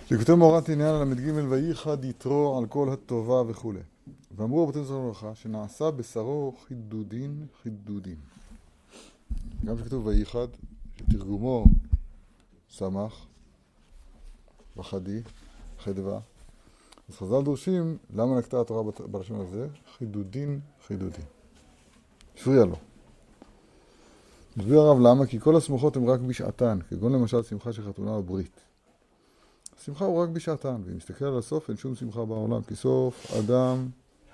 שכותב מאורת עניין על ל"ג וייחד יתרו על כל הטובה וכו'. ואמרו רבותינו זכרונם לברכה שנעשה בשרו חידודין חידודין. גם שכתוב וייחד, שתרגומו שמח וחדי, חדווה. אז חז"ל דורשים למה נקטה התורה בלשון הזה? חידודין חידודין. הפריע לו. מסביר הרב למה? כי כל השמחות הן רק בשעתן, כגון למשל שמחה של חתונה או ברית. השמחה הוא רק בשעתן, ואם מסתכל על הסוף אין שום שמחה בעולם, כי סוף אדם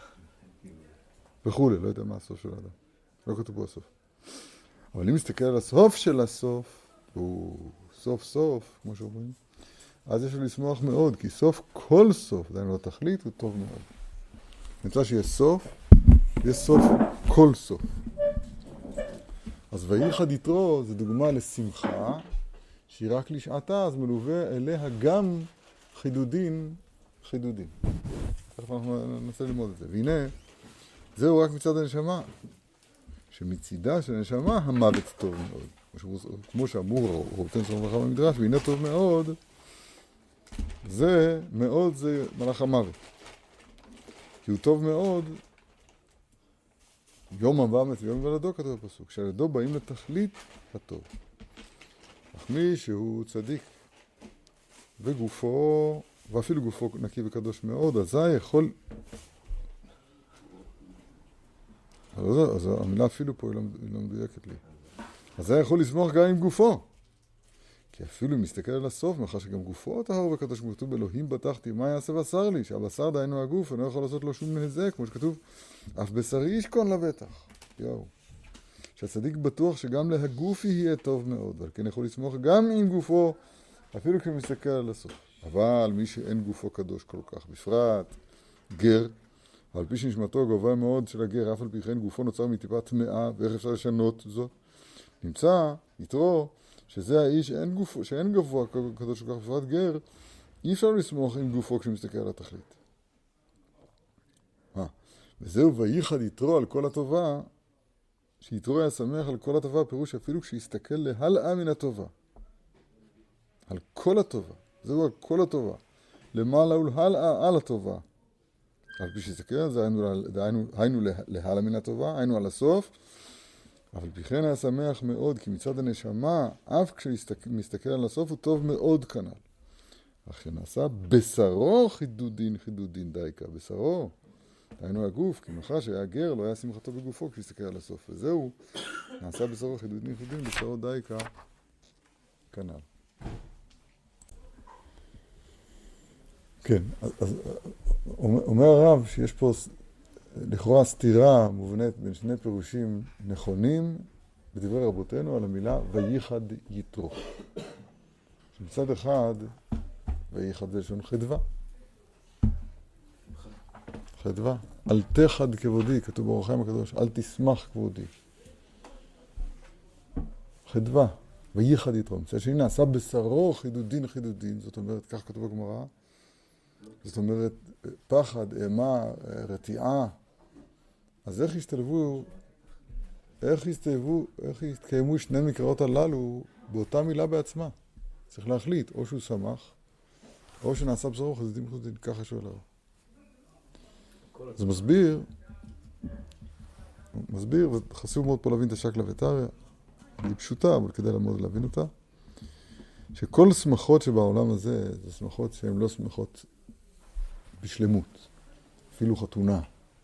וכו', לא יודע מה הסוף של האדם. לא כתוב פה הסוף. אבל אם מסתכל על הסוף של הסוף, הוא סוף סוף, כמו שאומרים, אז יש לו לשמוח מאוד, כי סוף כל סוף, דיינו לתכלית, הוא טוב מאוד. נמצא שיש סוף, יש סוף כל סוף. אז וייחד יתרו זה דוגמה לשמחה, שהיא רק לשעתה, אז מלווה אליה גם חידודין, חידודין. תכף אנחנו ננסה ללמוד את זה. והנה, זהו רק מצד הנשמה, שמצידה של הנשמה המוות טוב מאוד. כמו שאמור רבותינו זכרונם לברכה במדרש, והנה טוב מאוד, זה מאוד זה מלאך המוות. כי הוא טוב מאוד, יום המוות ויום ולדו כתוב בפסוק, כשהלדו באים לתכלית הטוב. אך מי שהוא צדיק וגופו, ואפילו גופו נקי וקדוש מאוד, אזי יכול... אז המילה אפילו פה היא לא מדויקת לי. אזי יכול לשמוח גם עם גופו. כי אפילו אם מסתכל על הסוף, מאחר שגם גופו טהור וקדוש, כמו כתוב באלוהים בטחתי, מה יעשה בשר לי? שהבשר דהיינו הגוף, אני לא יכול לעשות לו שום נזק, כמו שכתוב, אף בשרי ישכון לבטח. יואו. שהצדיק בטוח שגם להגוף יהיה טוב מאוד, אבל כן יכול לשמוח גם עם גופו, אפילו כשמסתכל על הסוף. אבל מי שאין גופו קדוש כל כך, בפרט גר, על פי שנשמתו גבוה מאוד של הגר, אף על פי כן גופו נוצר מטיפה טמאה, ואיך אפשר לשנות זאת? נמצא, יתרו, שזה האיש שאין גבוה קדוש כל כך, בפרט גר, אי אפשר לשמוח עם גופו כשמסתכל על התכלית. וזהו וייחד יתרו על כל הטובה, שיתרו היה שמח על כל הטובה, פירוש אפילו כשיסתכל להלאה מן הטובה. על כל הטובה. זהו על כל הטובה. למעלה ולהלאה על הטובה. על פי שיסתכל על זה, היינו להלאה מן הטובה, היינו על הסוף, אבל פי כן היה שמח מאוד, כי מצד הנשמה, אף כשמסתכל על הסוף, הוא טוב מאוד כנ"ל. אך שנעשה בשרו חידודין חידודין דייקה. בשרו. היינו הגוף, כי מאחר שהיה גר, לא היה שמחתו בגופו כשהסתכל על הסוף. וזהו, נעשה בשרו חידודין חידודין, בשרו דייקה, כנ"ל. כן, אז אומר הרב שיש פה לכאורה סתירה מובנית בין שני פירושים נכונים בדברי רבותינו על המילה וייחד יתרו. מצד אחד, וייחד זה לשון חדווה. חדווה. אל תחד כבודי, כתוב באור החיים הקדוש, אל תשמח כבודי. חדווה. וייחד יתרו. מצד שני נעשה בשרו חידודין חידודין, זאת אומרת, כך כתוב בגמרא, זאת אומרת, פחד, אימה, רתיעה. אז איך יתקיימו שני מקראות הללו באותה מילה בעצמה? צריך להחליט, או שהוא שמח, או שנעשה בשרו חידודין חידודין, ככה שואל הרב. זה מסביר, וחשוב מאוד פה להבין את השקלא וטריא, היא פשוטה, אבל כדאי ללמוד להבין אותה, שכל שמחות שבעולם הזה, זה שמחות שהן לא שמחות בשלמות, אפילו חתונה.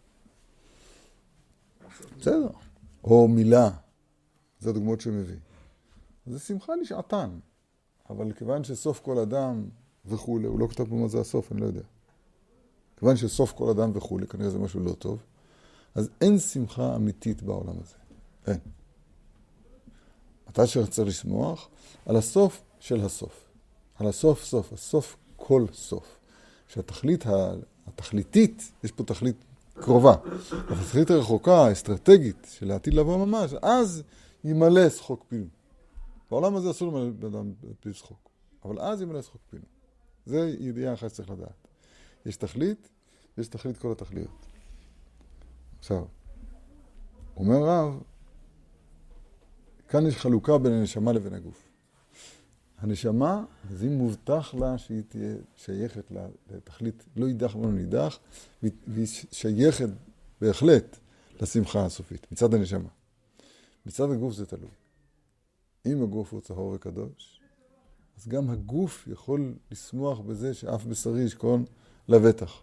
בסדר. או מילה, זה הדוגמאות שמביא. זה שמחה לשעתן, אבל כיוון שסוף כל אדם וכו', הוא לא כתב פה מה זה הסוף, אני לא יודע. כיוון שסוף כל אדם וכו', כנראה זה משהו לא טוב, אז אין שמחה אמיתית בעולם הזה. אין. אתה שרצה לשמוח על הסוף של הסוף. על הסוף סוף, הסוף כל סוף. שהתכלית התכליתית, יש פה תכלית קרובה, אבל התכלית הרחוקה, האסטרטגית, של העתיד לבוא ממש, אז ימלא שחוק פינו. בעולם הזה אסור למלא באדם בלי שחוק, אבל אז ימלא שחוק פינו. זה ידיעה אחת שצריך לדעת. יש תכלית, יש תכלית כל התכליות. עכשיו, אומר רב, כאן יש חלוקה בין הנשמה לבין הגוף. הנשמה, אז היא מובטח לה שהיא תהיה שייכת לתכלית, לא יידח ולא נידח, והיא שייכת בהחלט לשמחה הסופית, מצד הנשמה. מצד הגוף זה תלוי. אם הגוף הוא צהור וקדוש, אז גם הגוף יכול לשמוח בזה שאף בשרי ישכון לבטח.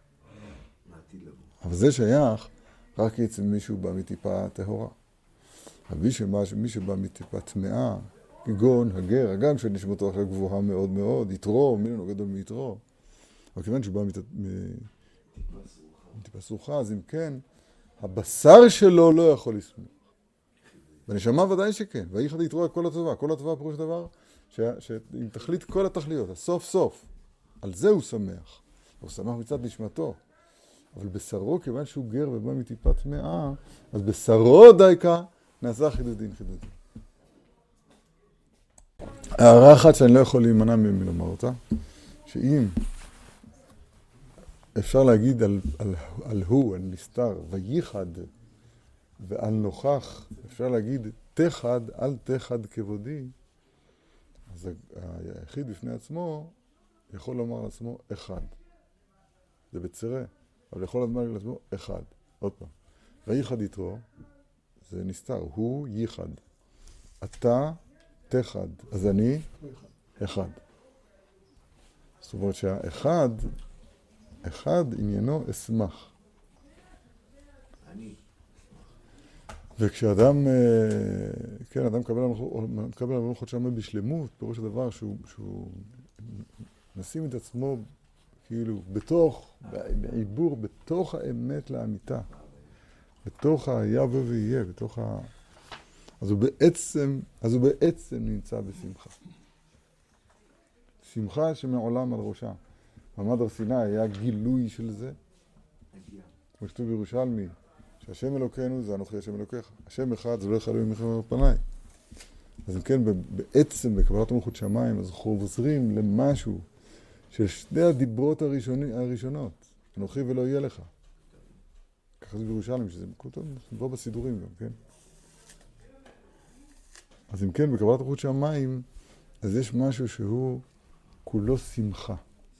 אבל זה שייך רק אצל מישהו בא מטיפה טהורה. אבל מי שבא מטיפה טמאה, כגון הגר, הגם שנשמתו אחרי גבוהה מאוד מאוד, יתרו, מינון גדול מיתרו. אבל כיוון שהוא בא מטיפה סרוחה, אז אם כן, הבשר שלו לא יכול לשמוח. בנשמה ודאי שכן, ואיחד יתרו את כל הטובה. כל הטובה פירוש דבר שאם תכלית כל התכליות, הסוף סוף, על זה הוא שמח. הוא שמח מצד נשמתו. אבל בשרו, כיוון שהוא גר ובא מטיפה טמאה, אז בשרו דייקה נעשה חידודין. הערה אחת שאני לא יכול להימנע מלומר אותה, שאם אפשר להגיד על הוא, על נסתר, וייחד, ועל נוכח, אפשר להגיד תחד, אל תחד כבודי, אז היחיד בפני עצמו יכול לומר לעצמו אחד. זה בצרה, אבל יכול לומר לעצמו אחד. עוד פעם. וייחד יתרו, זה נסתר, הוא ייחד. אתה תחד, אז אני אחד. זאת אומרת שהאחד, אחד עניינו אשמח. וכשאדם, כן, אדם מקבל על מלכות שמה בשלמות, פירוש הדבר שהוא נשים את עצמו כאילו בעיבור, בתוך האמת לאמיתה, בתוך היה ויהיה, בתוך אז הוא בעצם נמצא בשמחה. שמחה שמעולם על ראשה. מעמד הר סיני היה גילוי של זה. כמו שכתוב בירושלמי, שהשם אלוקינו זה אנוכי השם אלוקיך. השם אחד זה לא אחד ממלכם פניי. אז אם כן, בעצם בקבלת מלכות שמיים, אז חוזרים למשהו של שני הדיברות הראשונות. אנוכי ולא יהיה לך. ככה זה בירושלמי, שזה בוא בסידורים גם, כן? אז אם כן, בקבלת מלכות שמיים, אז יש משהו שהוא כולו שמחה.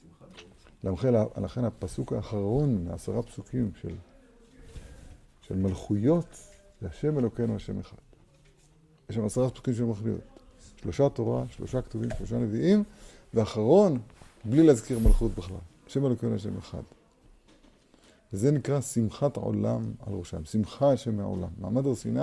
לכן הפסוק האחרון מ10 פסוקים של מלכויות, זה השם אלוקינו השם אחד. יש שם 10 פסוקים של מלכויות. 3 תורה, 3 כתובים, 3 נביאים, ואחרון, בלי להזכיר מלכות בכלל. השם אלוקינו השם אחד. וזה נקרא שמחת עולם על ראשם. שמחה השם מהעולם. מעמד הר סיני,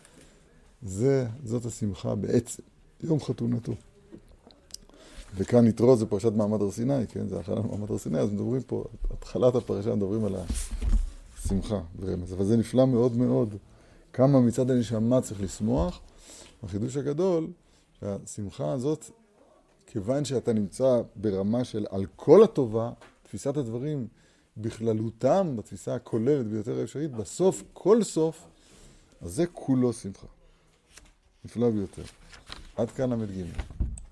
זאת השמחה בעצם, יום חתונתו. וכאן יתרו זה פרשת מעמד הר סיני, כן? זה התחלת מעמד הר סיני, אז מדברים פה, התחלת הפרשה מדברים על השמחה ברמז. אבל זה נפלא מאוד מאוד, כמה מצד הנשמה צריך לשמוח. החידוש הגדול, שהשמחה הזאת, כיוון שאתה נמצא ברמה של על כל הטובה, תפיסת הדברים בכללותם, בתפיסה הכוללת ביותר האפשרית, בסוף, כל סוף, אז זה כולו שמחה. נפלא ביותר. עד כאן למד ג'.